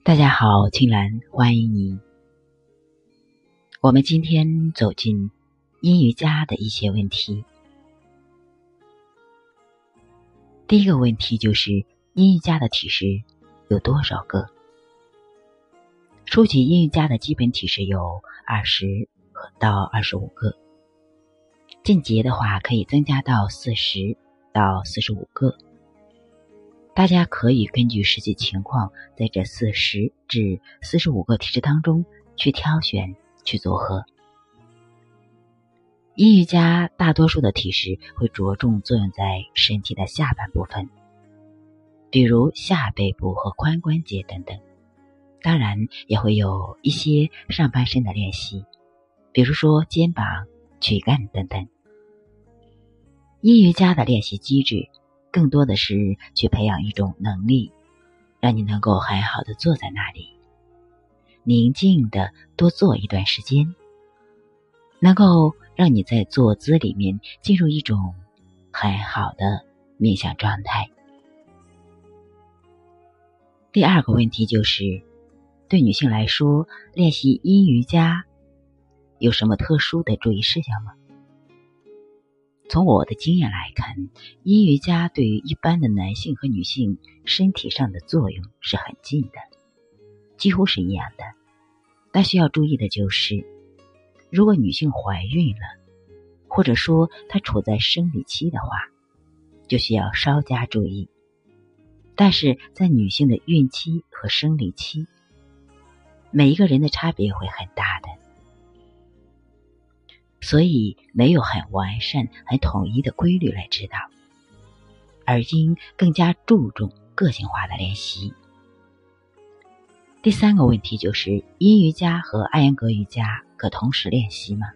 大家好，青兰欢迎你。我们今天走进阴瑜伽的一些问题。第一个问题就是阴瑜伽的体式有多少个？说起阴瑜伽的基本体式有20到25个，进阶的话可以增加到40到45个。大家可以根据实际情况，在这40至45个体式当中去挑选去组合。阴瑜伽大多数的体式会着重作用在身体的下半部分，比如下背部和髋关节等等，当然也会有一些上半身的练习，比如说肩膀、躯干等等。阴瑜伽的练习机制更多的是去培养一种能力，让你能够很好的坐在那里，宁静的多坐一段时间，能够让你在坐姿里面进入一种很好的冥想状态。第二个问题就是，对女性来说，练习阴瑜伽有什么特殊的注意事项吗？从我的经验来看，阴瑜伽对于一般的男性和女性身体上的作用是很近的，几乎是一样的。但需要注意的就是，如果女性怀孕了，或者说她处在生理期的话，就需要稍加注意。但是在女性的孕期和生理期，每一个人的差别会很大的，所以没有很完善、很统一的规律来指导，而应更加注重个性化的练习。第三个问题就是，阴瑜伽和艾扬格瑜伽可同时练习吗？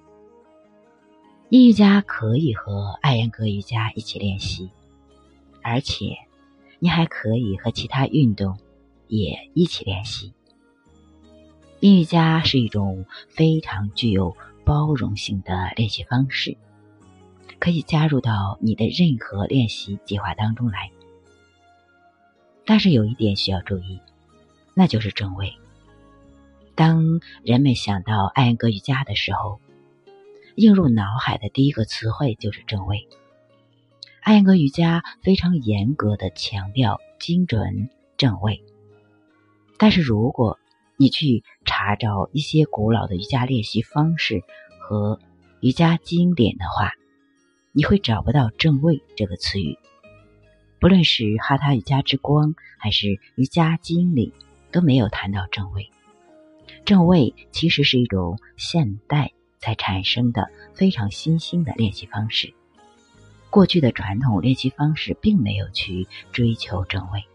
阴瑜伽可以和艾扬格瑜伽一起练习，而且你还可以和其他运动也一起练习。阴瑜伽是一种非常具有包容性的练习方式，可以加入到你的任何练习计划当中来。但是有一点需要注意，那就是正位。当人们想到艾扬格瑜伽的时候，映入脑海的第一个词汇就是正位。艾扬格瑜伽非常严格的强调精准正位，但是如果你去查找一些古老的瑜伽练习方式和瑜伽经典的话，你会找不到正位这个词语。不论是哈他瑜伽之光还是瑜伽经里，都没有谈到正位。正位其实是一种现代才产生的非常新兴的练习方式，过去的传统练习方式并没有去追求正位。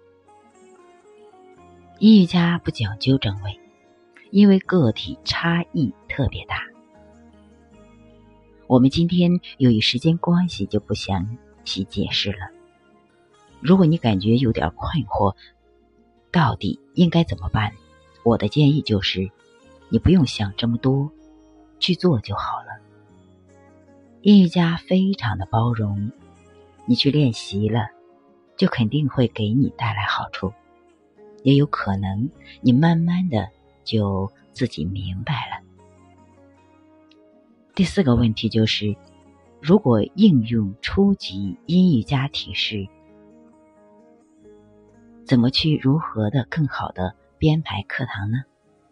阴瑜伽不讲究正位，因为个体差异特别大。我们今天由于时间关系就不详细解释了。如果你感觉有点困惑，到底应该怎么办？我的建议就是，你不用想这么多，去做就好了。阴瑜伽非常的包容，你去练习了，就肯定会给你带来好处。也有可能你慢慢的就自己明白了。第四个问题就是，如果应用初级阴瑜伽体式，怎么去如何的更好的编排课堂呢？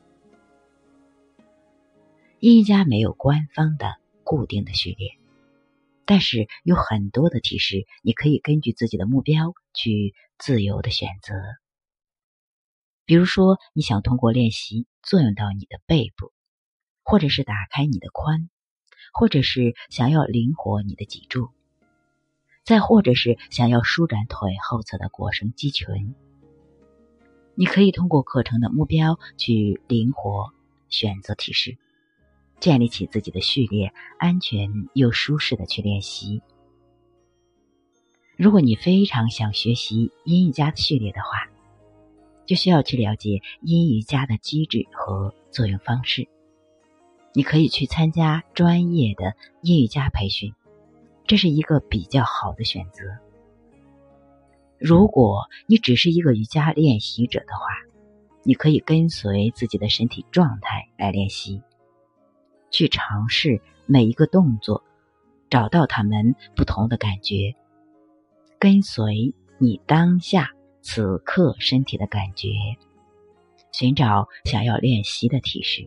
阴瑜伽没有官方的固定的序列，但是有很多的体式你可以根据自己的目标去自由的选择。比如说你想通过练习作用到你的背部，或者是打开你的髋，或者是想要灵活你的脊柱，再或者是想要舒展腿后侧的腘绳肌群。你可以通过课程的目标去灵活选择体式，建立起自己的序列，安全又舒适的去练习。如果你非常想学习阴瑜伽的序列的话，就需要去了解阴瑜伽的机制和作用方式。你可以去参加专业的阴瑜伽培训，这是一个比较好的选择。如果你只是一个瑜伽练习者的话， 你可以跟随自己的身体状态来练习，去尝试每一个动作，找到它们不同的感觉，跟随你当下此刻身体的感觉，寻找想要练习的提示。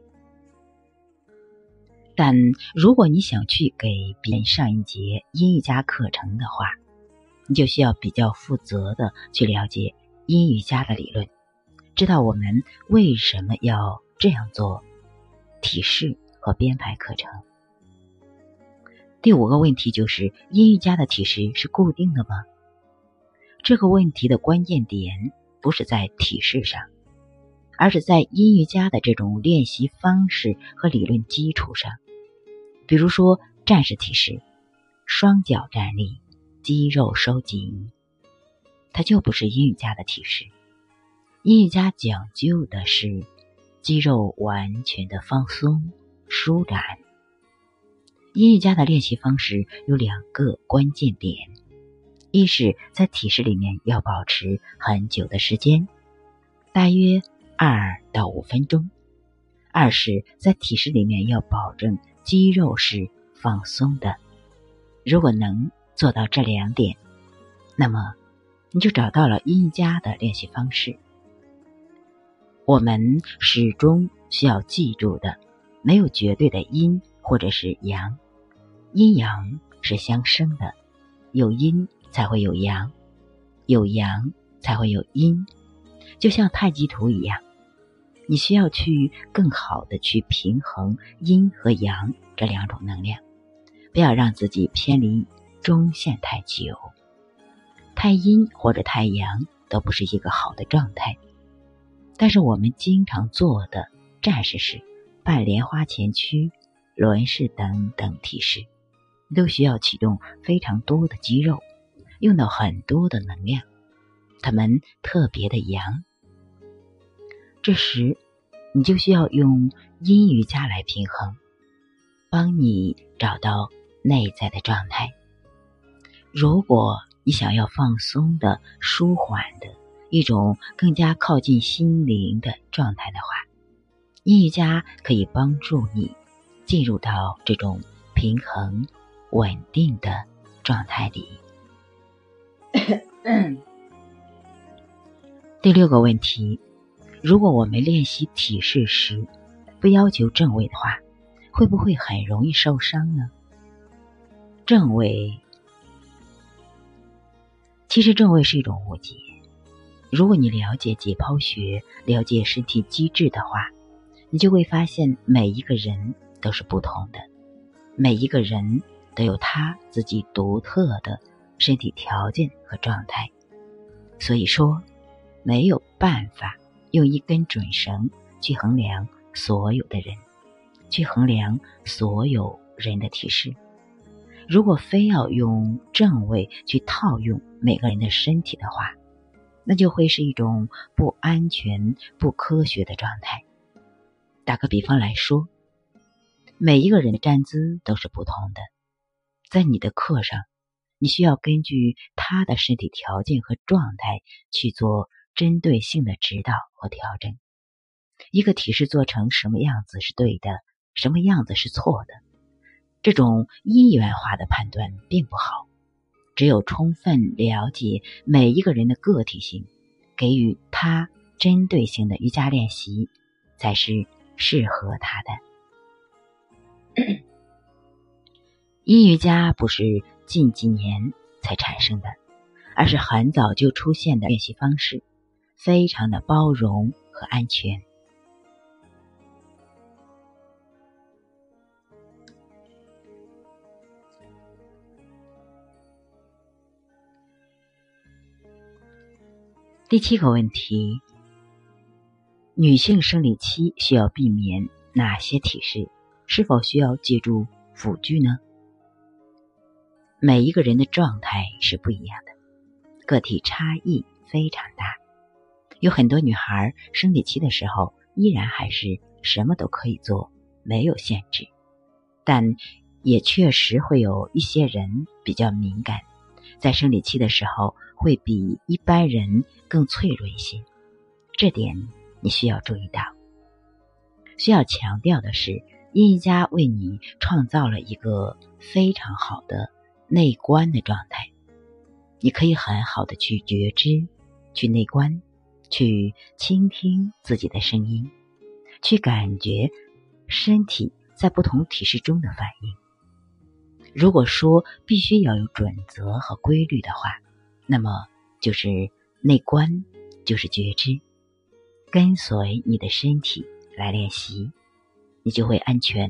但如果你想去给别人上一节阴瑜伽课程的话，你就需要比较负责的去了解阴瑜伽的理论，知道我们为什么要这样做体式和编排课程。第5个问题就是阴瑜伽的体式是固定的吗？这个问题的关键点不是在体式上，而是在阴瑜伽的这种练习方式和理论基础上。比如说站式体式，双脚站立，肌肉收紧，它就不是阴瑜伽的体式。阴瑜伽讲究的是肌肉完全的放松舒展。阴瑜伽的练习方式有2个关键点，一是在体式里面要保持很久的时间，大约2到5分钟；二是在体式里面要保证肌肉是放松的。如果能做到这2点，那么你就找到了阴瑜伽的练习方式。我们始终需要记住的，没有绝对的阴或者是阳，阴阳是相生的，有阴才会有阳，有阳才会有阴，就像太极图一样，你需要去更好的去平衡阴和阳这2种能量，不要让自己偏离中线太久。太阴或者太阳都不是一个好的状态，但是我们经常做的站式式、半莲花前屈、轮式等等体式，都需要启动非常多的肌肉，用到很多的能量，它们特别的阳。这时你就需要用阴瑜伽来平衡，帮你找到内在的状态。如果你想要放松的、舒缓的一种更加靠近心灵的状态的话，阴瑜伽可以帮助你进入到这种平衡稳定的状态里。第6个问题，如果我们练习体式时不要求正位的话，会不会很容易受伤呢？正位，其实正位是一种误解。如果你了解解剖学，了解身体机制的话，你就会发现每一个人都是不同的，每一个人都有他自己独特的身体条件和状态。所以说，没有办法用一根准绳去衡量所有的人，去衡量所有人的体式。如果非要用正位去套用每个人的身体的话，那就会是一种不安全、不科学的状态。打个比方来说，每一个人的站姿都是不同的，在你的课上，你需要根据他的身体条件和状态去做针对性的指导和调整。一个体式做成什么样子是对的，什么样子是错的，这种因缘化的判断并不好。只有充分了解每一个人的个体性，给予他针对性的瑜伽练习，才是适合他的。阴瑜伽不是近几年才产生的，而是很早就出现的练习方式，非常的包容和安全。第7个问题，女性生理期需要避免哪些体式？是否需要借助辅具呢？每一个人的状态是不一样的，个体差异非常大。有很多女孩生理期的时候依然还是什么都可以做，没有限制，但也确实会有一些人比较敏感，在生理期的时候会比一般人更脆弱一些，这点你需要注意到。需要强调的是，阴瑜伽为你创造了一个非常好的内观的状态，你可以很好的去觉知，去内观，去倾听自己的声音，去感觉身体在不同体式中的反应。如果说必须要有准则和规律的话，那么就是内观，就是觉知，跟随你的身体来练习，你就会安全。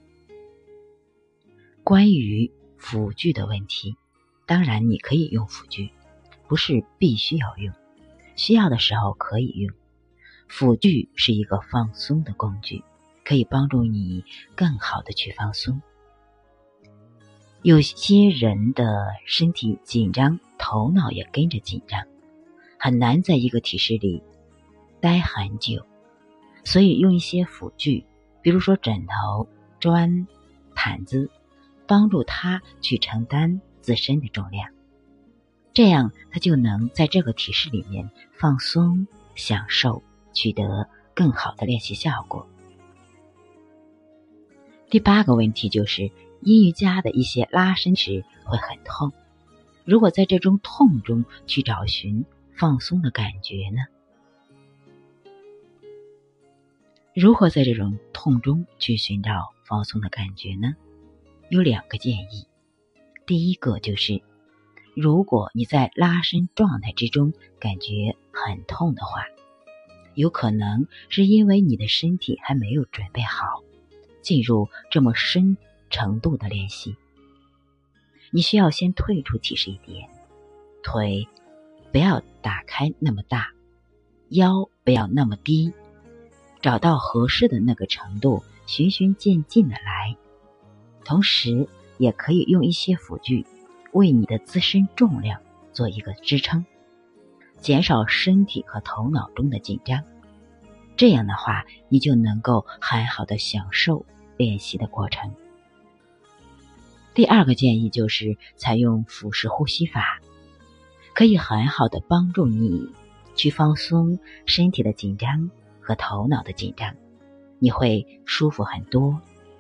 关于辅具的问题，当然你可以用辅具，不是必须要用，需要的时候可以用。辅具是一个放松的工具，可以帮助你更好的去放松。有些人的身体紧张，头脑也跟着紧张，很难在一个体式里待很久，所以用一些辅具，比如说枕头、砖、毯子，帮助他去承担自身的重量，这样他就能在这个体式里面放松、享受，取得更好的练习效果。第8个问题就是阴瑜伽的一些拉伸时会很痛，如果在这种痛中去找寻放松的感觉呢？如何在这种痛中去寻找放松的感觉呢？有2个建议。第一个就是，如果你在拉伸状态之中感觉很痛的话，有可能是因为你的身体还没有准备好进入这么深程度的练习。你需要先退出体式一点，腿不要打开那么大，腰不要那么低，找到合适的那个程度，循序渐进的来。同时也可以用一些辅具为你的自身重量做一个支撑，减少身体和头脑中的紧张。这样的话，你就能够很好的享受练习的过程。第2个建议就是采用腹式呼吸法，可以很好的帮助你去放松身体的紧张和头脑的紧张，你会舒服很多。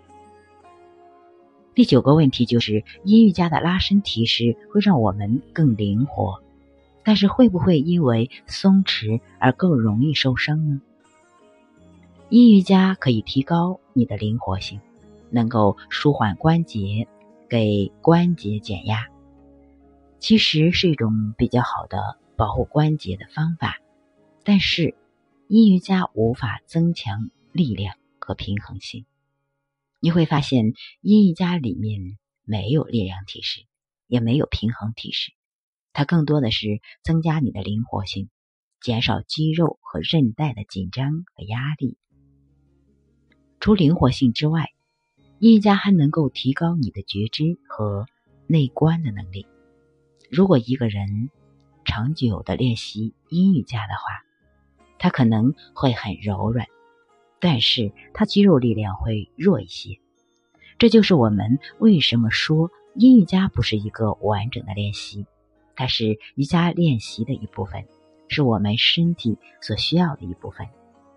第9个问题就是阴瑜伽的拉伸体式会让我们更灵活，但是会不会因为松弛而更容易受伤呢？阴瑜伽可以提高你的灵活性，能够舒缓关节，给关节减压，其实是一种比较好的保护关节的方法。但是阴瑜伽无法增强力量和平衡性。你会发现阴瑜伽里面没有力量体式，也没有平衡体式，它更多的是增加你的灵活性，减少肌肉和韧带的紧张和压力。除灵活性之外，阴瑜伽还能够提高你的觉知和内观的能力。如果一个人长久的练习阴瑜伽的话，他可能会很柔软，但是他肌肉力量会弱一些。这就是我们为什么说阴瑜伽不是一个完整的练习，它是瑜伽练习的一部分，是我们身体所需要的一部分。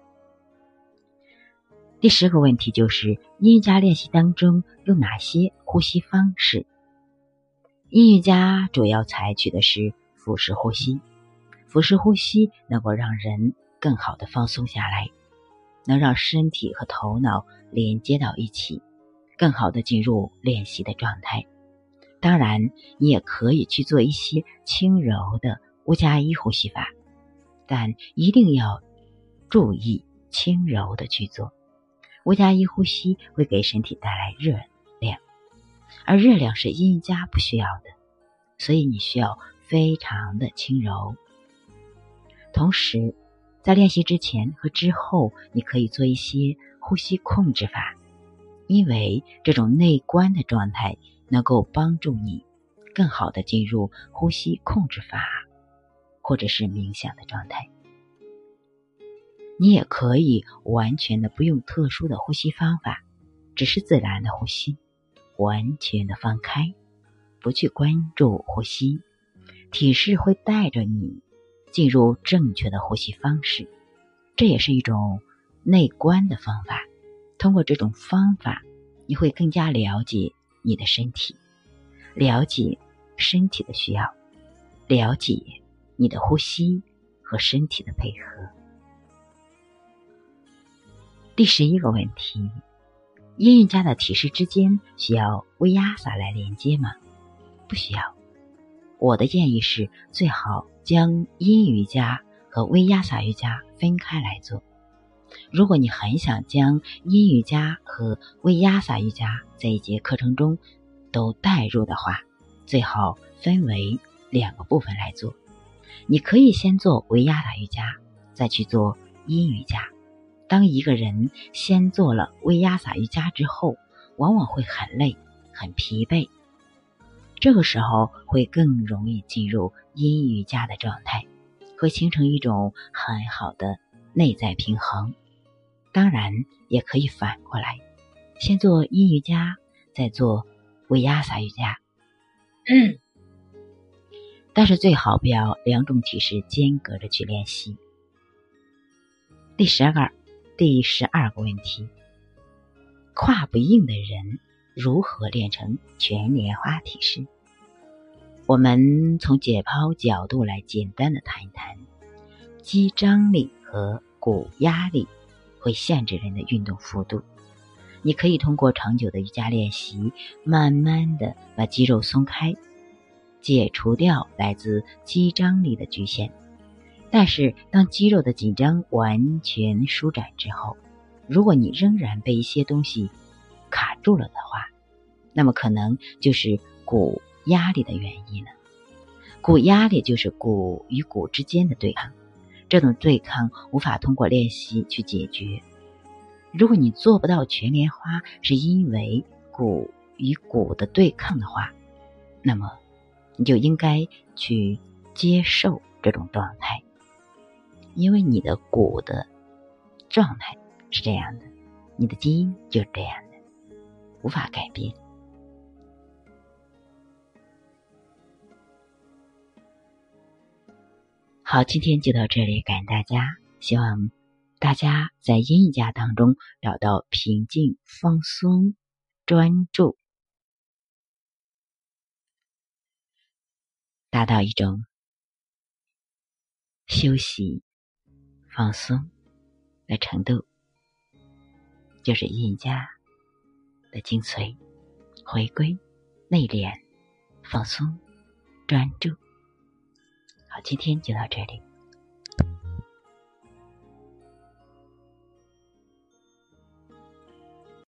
第10个问题就是阴瑜伽练习当中有哪些呼吸方式？阴瑜伽主要采取的是腹式呼吸，腹式呼吸能够让人更好的放松下来，能让身体和头脑连接到一起，更好的进入练习的状态。当然你也可以去做一些轻柔的乌加伊呼吸法，但一定要注意轻柔的去做。乌加伊呼吸会给身体带来热量，而热量是阴瑜伽不需要的，所以你需要非常的轻柔。同时在练习之前和之后，你可以做一些呼吸控制法，因为这种内观的状态能够帮助你更好的进入呼吸控制法或者是冥想的状态。你也可以完全的不用特殊的呼吸方法，只是自然的呼吸，完全的放开，不去关注呼吸，体式会带着你进入正确的呼吸方式。 这也是一种内观的方法。通过这种方法，你会更加了解你的身体，了解身体的需要，了解你的呼吸和身体的配合。第11个问题，阴瑜伽的体式之间需要维亚萨来连接吗？不需要。我的建议是最好将阴瑜伽和维亚萨瑜伽分开来做。如果你很想将阴瑜伽和维亚萨瑜伽在一节课程中都带入的话，最好分为2个部分来做。你可以先做维亚萨瑜伽，再去做阴瑜伽。当一个人先做了维亚萨瑜伽之后，往往会很累很疲惫，这个时候会更容易进入阴瑜伽的状态，会形成一种很好的内在平衡。当然也可以反过来，先做阴瑜伽，再做维亚萨瑜伽。但是最好不要2种体式间隔着去练习。第12个问题，胯不硬的人如何练成全莲花体式？我们从解剖角度来简单的谈一谈，肌张力和骨压力会限制人的运动幅度。你可以通过长久的瑜伽练习，慢慢的把肌肉松开，解除掉来自肌张力的局限。但是当肌肉的紧张完全舒展之后，如果你仍然被一些东西卡住了的话，那么可能就是骨压力的原因了。骨压力就是骨与骨之间的对抗，这种对抗无法通过练习去解决。如果你做不到全莲花是因为骨与骨的对抗的话，那么你就应该去接受这种状态，因为你的骨的状态是这样的，你的基因就是这样的，无法改变。好，今天就到这里，感谢大家，希望大家在阴瑜伽当中找到平静、放松、专注，达到一种休息、放松的程度，就是阴瑜伽的精髓，回归、内敛、放松、专注。好，今天就到这里。